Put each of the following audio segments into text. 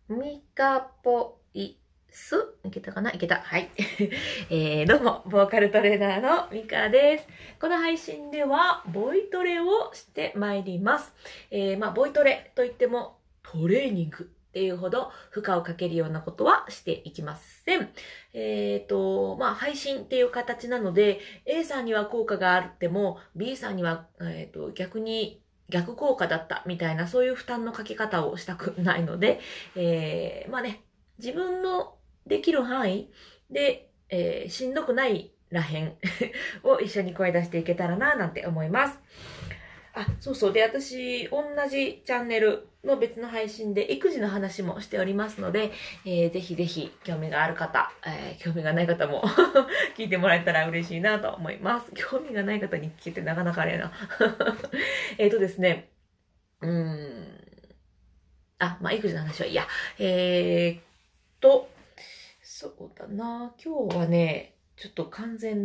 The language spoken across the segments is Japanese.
ミカポイス。いけたかな、いけた。はい。どうも、ボーカルトレーナーのミカです。この配信では、ボイトレをしてまいります。ボイトレといっても、トレーニングっていうほど負荷をかけるようなことはしていきません。配信っていう形なので、A さんには効果があっても、B さんには、逆効果だったみたいな、そういう負担のかけ方をしたくないので、自分のできる範囲で、しんどくないらへんを一緒に声出していけたらな、なんて思います。あ、そうそう。で、私、同じチャンネルの別の配信で育児の話もしておりますので、ぜひぜひ興味がある方、興味がない方も聞いてもらえたら嬉しいなと思います。興味がない方に聞けてなかなかあれやな。ですね、うーん。育児の話はいいや。えーっと、そうだな。今日はね、ちょっと完全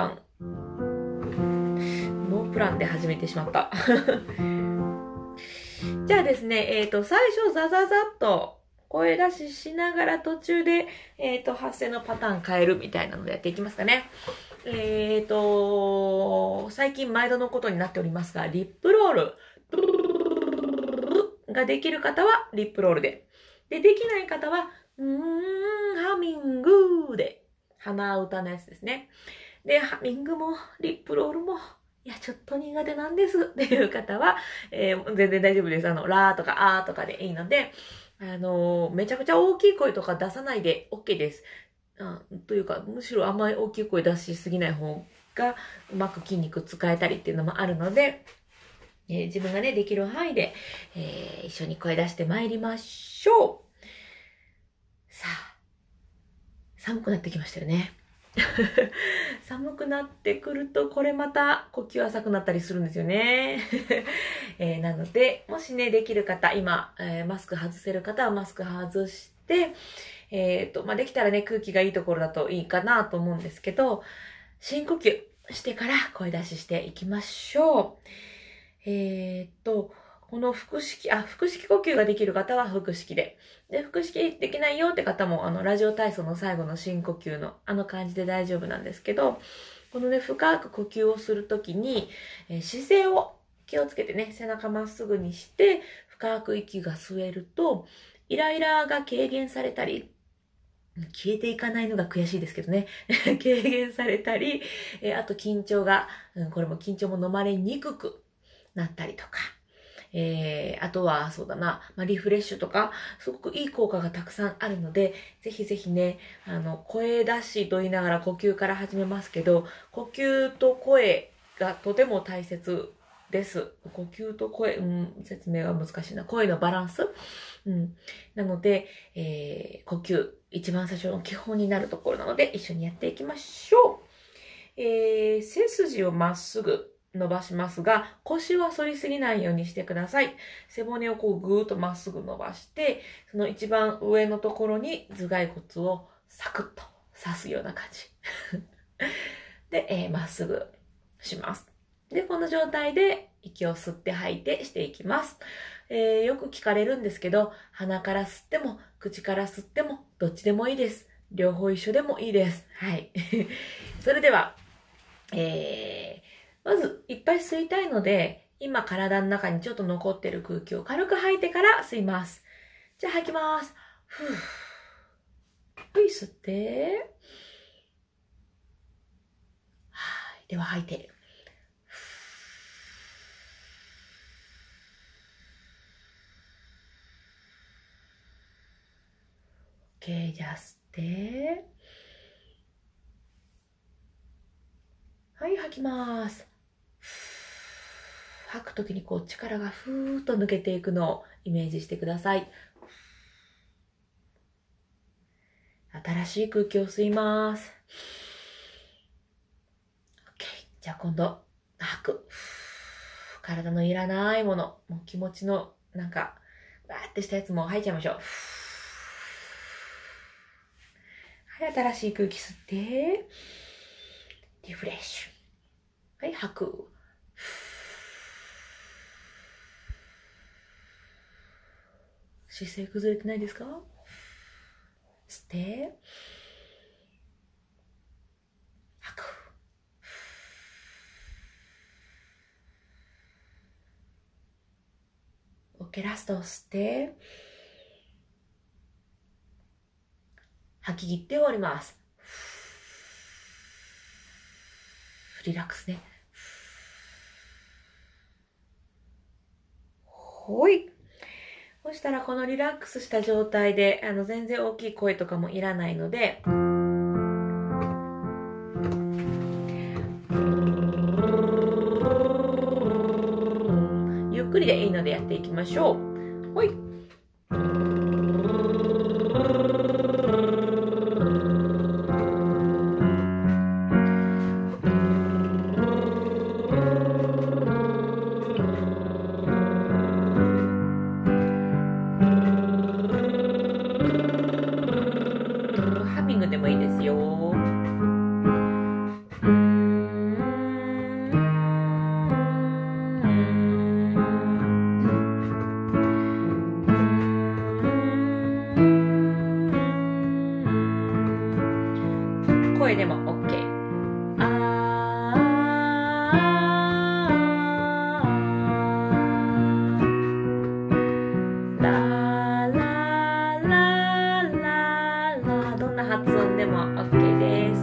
ノープランで始めてしまった。じゃあですね、最初ザザザッと声出ししながら途中で、発声のパターン変えるみたいなのでやっていきますかね。最近毎度のことになっておりますが、リップロールができる方はリップロールで。で、できない方は、ハミングで、鼻歌のやつですね。で、ハミングも、リップロールも、いや、ちょっと苦手なんですっていう方は、全然大丈夫です。ラーとかアーとかでいいので、めちゃくちゃ大きい声とか出さないで OK です。というか、むしろあんまり大きい声出しすぎない方が、うまく筋肉使えたりっていうのもあるので、自分がね、できる範囲で、一緒に声出してまいりましょう。さあ、寒くなってきましたよね。寒くなってくると、これまた呼吸浅くなったりするんですよね。なので、もしね、できる方、今、マスク外せる方はマスク外して、できたらね、空気がいいところだといいかなと思うんですけど、深呼吸してから声出ししていきましょう。この腹式呼吸ができる方は腹式で。で、腹式できないよって方も、ラジオ体操の最後の深呼吸の感じで大丈夫なんですけど、このね、深く呼吸をするときに、姿勢を気をつけてね、背中まっすぐにして、深く息が吸えると、イライラが軽減されたり、消えていかないのが悔しいですけどね。軽減されたり、あと緊張が、これも緊張も飲まれにくくなったりとか。あとは、そうだな、リフレッシュとか、すごくいい効果がたくさんあるので、ぜひぜひね、声出しと言いながら呼吸から始めますけど、呼吸と声がとても大切です。呼吸と声、説明は難しいな。声のバランス。なので、呼吸、一番最初の基本になるところなので、一緒にやっていきましょう。背筋をまっすぐ伸ばしますが、腰は反りすぎないようにしてください。背骨をこうぐーっとまっすぐ伸ばして、その一番上のところに頭蓋骨をサクッと刺すような感じ。で、まっすぐします。で、この状態で息を吸って吐いてしていきます。よく聞かれるんですけど、鼻から吸っても、口から吸っても、どっちでもいいです。両方一緒でもいいです。はい。それでは、まず、いっぱい吸いたいので、今体の中にちょっと残ってる空気を軽く吐いてから吸います。じゃあ吐きます。ふぅ。はい、吸って。はい。では吐いて。OK、じゃあ吸って。はい、吐きます。吐くときにこう力がふーっと抜けていくのをイメージしてください。新しい空気を吸います。OK。じゃあ今度、吐く。体のいらないもの、もう気持ちのなんか、バーってしたやつも吐いちゃいましょう。はい、新しい空気吸って、リフレッシュ。はい、吐く。姿勢崩れてないですか？ 吸って、吐く。OK、ラスト吸って、吐き切って終わります。リラックスね。ほい。そしたらこのリラックスした状態で、全然大きい声とかもいらないので、ゆっくりでいいのでやっていきましょう。ほい。ハミングでもいいですよ。声でも OK。どんな発音でも OK です。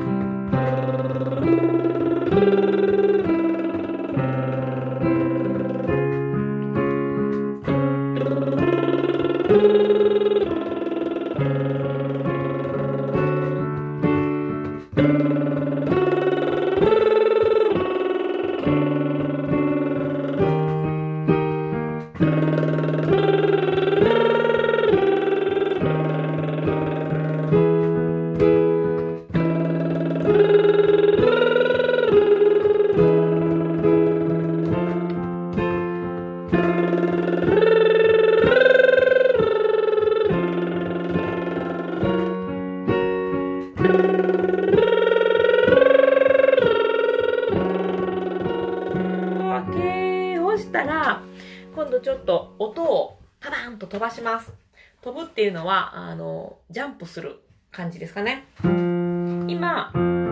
そしたら今度ちょっと音をパバーンと飛ばします。飛ぶっていうのはジャンプする感じですかね。今、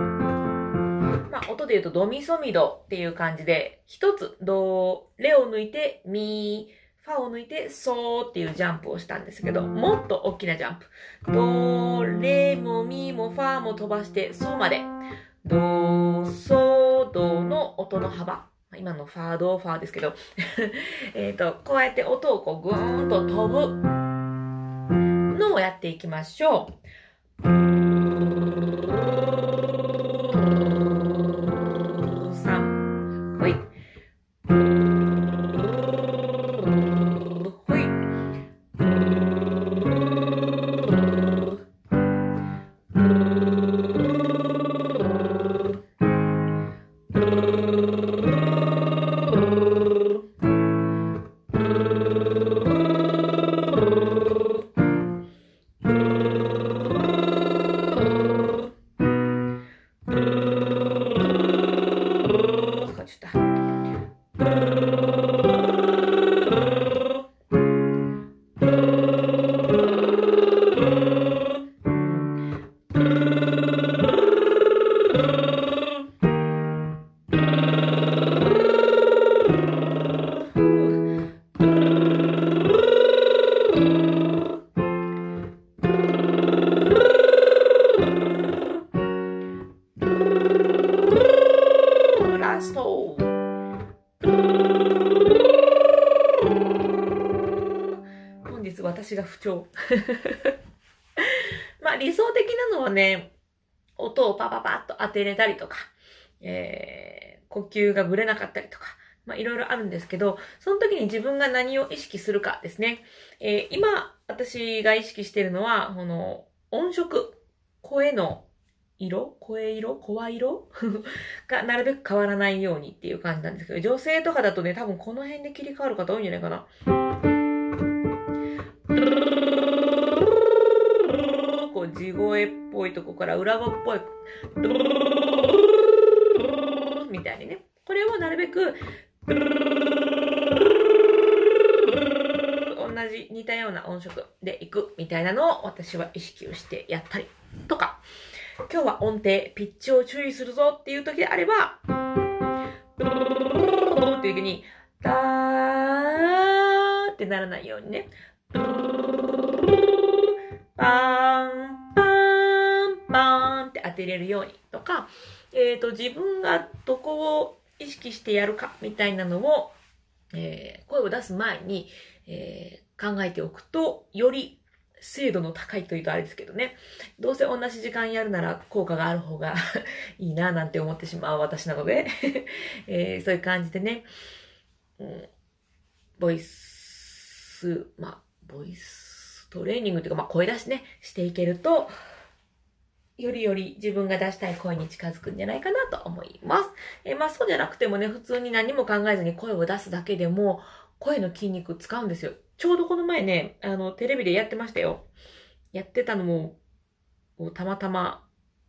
音で言うとドミソミドっていう感じで、一つドレを抜いてミファを抜いてソーっていうジャンプをしたんですけど、もっと大きなジャンプ。ドレもミもファも飛ばしてソまで。ドソドの音の幅。今のファドファですけどこうやって音をこうグーンと飛ぶのをやっていきましょう。3、ほい。ほい。ラスト。本日私が不調理想的なのはね、音をパパパッと当てれたりとか、呼吸がぶれなかったりとか、いろいろあるんですけど、その時に自分が何を意識するかですね。今、私が意識しているのは、この音色、声の色声色声色がなるべく変わらないようにっていう感じなんですけど、女性とかだとね、多分この辺で切り替わる方多いんじゃないかな。こう地声っぽいとこから裏声っぽいみたいにね、これをなるべく同じ似たようなな音色でいくみたいなのを私は意識をしてやったりとか、今日は音程、ピッチを注意するぞっていう時であれば、っていう時に、ダーってならないようにね、パーン、パーン、パーンって当てれるようにとか、自分がどこを意識してやるかみたいなのを、声を出す前に、考えておくと、より精度の高いというとあれですけどね、どうせ同じ時間やるなら効果がある方がいいななんて思ってしまう私なので、そういう感じでね、ボイストレーニングというか、声出しね、していけると、よりより自分が出したい声に近づくんじゃないかなと思います。そうじゃなくてもね、普通に何も考えずに声を出すだけでも、声の筋肉使うんですよ。ちょうどこの前ね、テレビでやってましたよ。やってたのも、たまたま、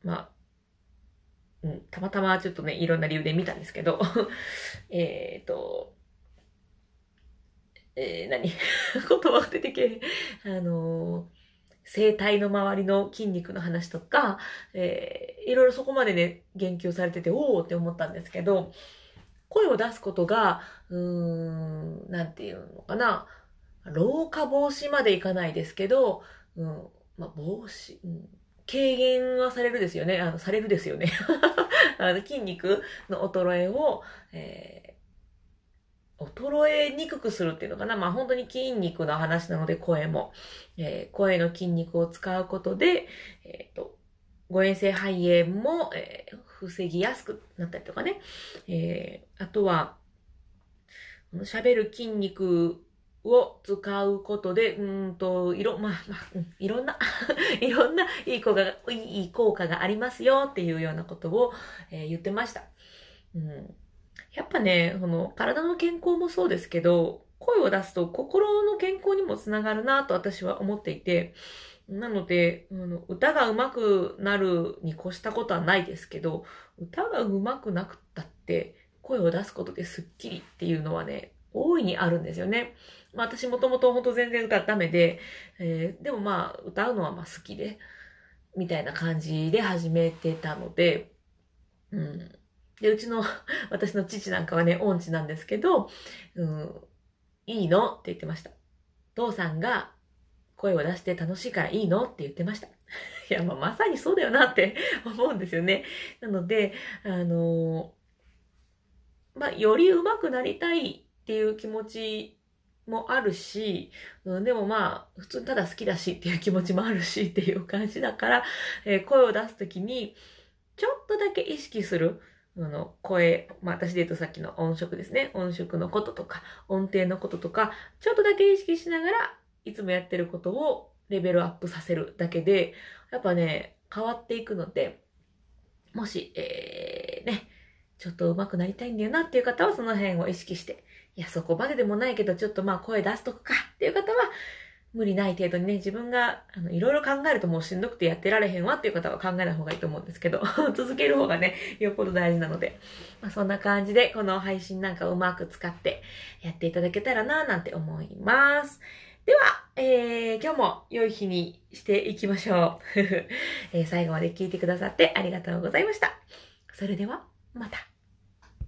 たまたまちょっとね、いろんな理由で見たんですけど、言葉が出てけへん。声帯の周りの筋肉の話とか、いろいろそこまでね、言及されてて、おーって思ったんですけど、声を出すことが、なんていうのかな、老化防止までいかないですけど、防止、軽減はされるですよね。されるですよね。筋肉の衰えを、衰えにくくするっていうのかな。本当に筋肉の話なので声も、声の筋肉を使うことで、誤嚥性肺炎も、防ぎやすくなったりとかね。あとは、喋る筋肉を使うことで、いろんな、いろんないい効果がありますよっていうようなことを、言ってました。やっぱね、体の健康もそうですけど、声を出すと心の健康にもつながるなと私は思っていて、なので、歌が上手くなるに越したことはないですけど、歌が上手くなくったって声を出すことでスッキリっていうのはね、大いにあるんですよね。私もともと本当全然歌ダメで、でも歌うのは好きで、みたいな感じで始めてたので、で、私の父なんかはね、音痴なんですけど、いいのって言ってました。父さんが声を出して楽しいからいいのって言ってました。いや、まさにそうだよなって思うんですよね。なので、より上手くなりたいっていう気持ちもあるし、でも普通にただ好きだしっていう気持ちもあるしっていう感じだから、声を出すときに、ちょっとだけ意識する。声、私で言うとさっきの音色ですね。音色のこととか、音程のこととか、ちょっとだけ意識しながら、いつもやってることをレベルアップさせるだけで、やっぱね、変わっていくので、もし、ちょっと上手くなりたいんだよなっていう方はその辺を意識して、いや、そこまででもないけど、ちょっと声出すとくかっていう方は、無理ない程度にね、自分がいろいろ考えるともうしんどくてやってられへんわっていう方は考えない方がいいと思うんですけど、続ける方がね、よっぽど大事なので、そんな感じでこの配信なんかをうまく使ってやっていただけたらななんて思います。では、今日も良い日にしていきましょう。最後まで聞いてくださってありがとうございました。それでは、また。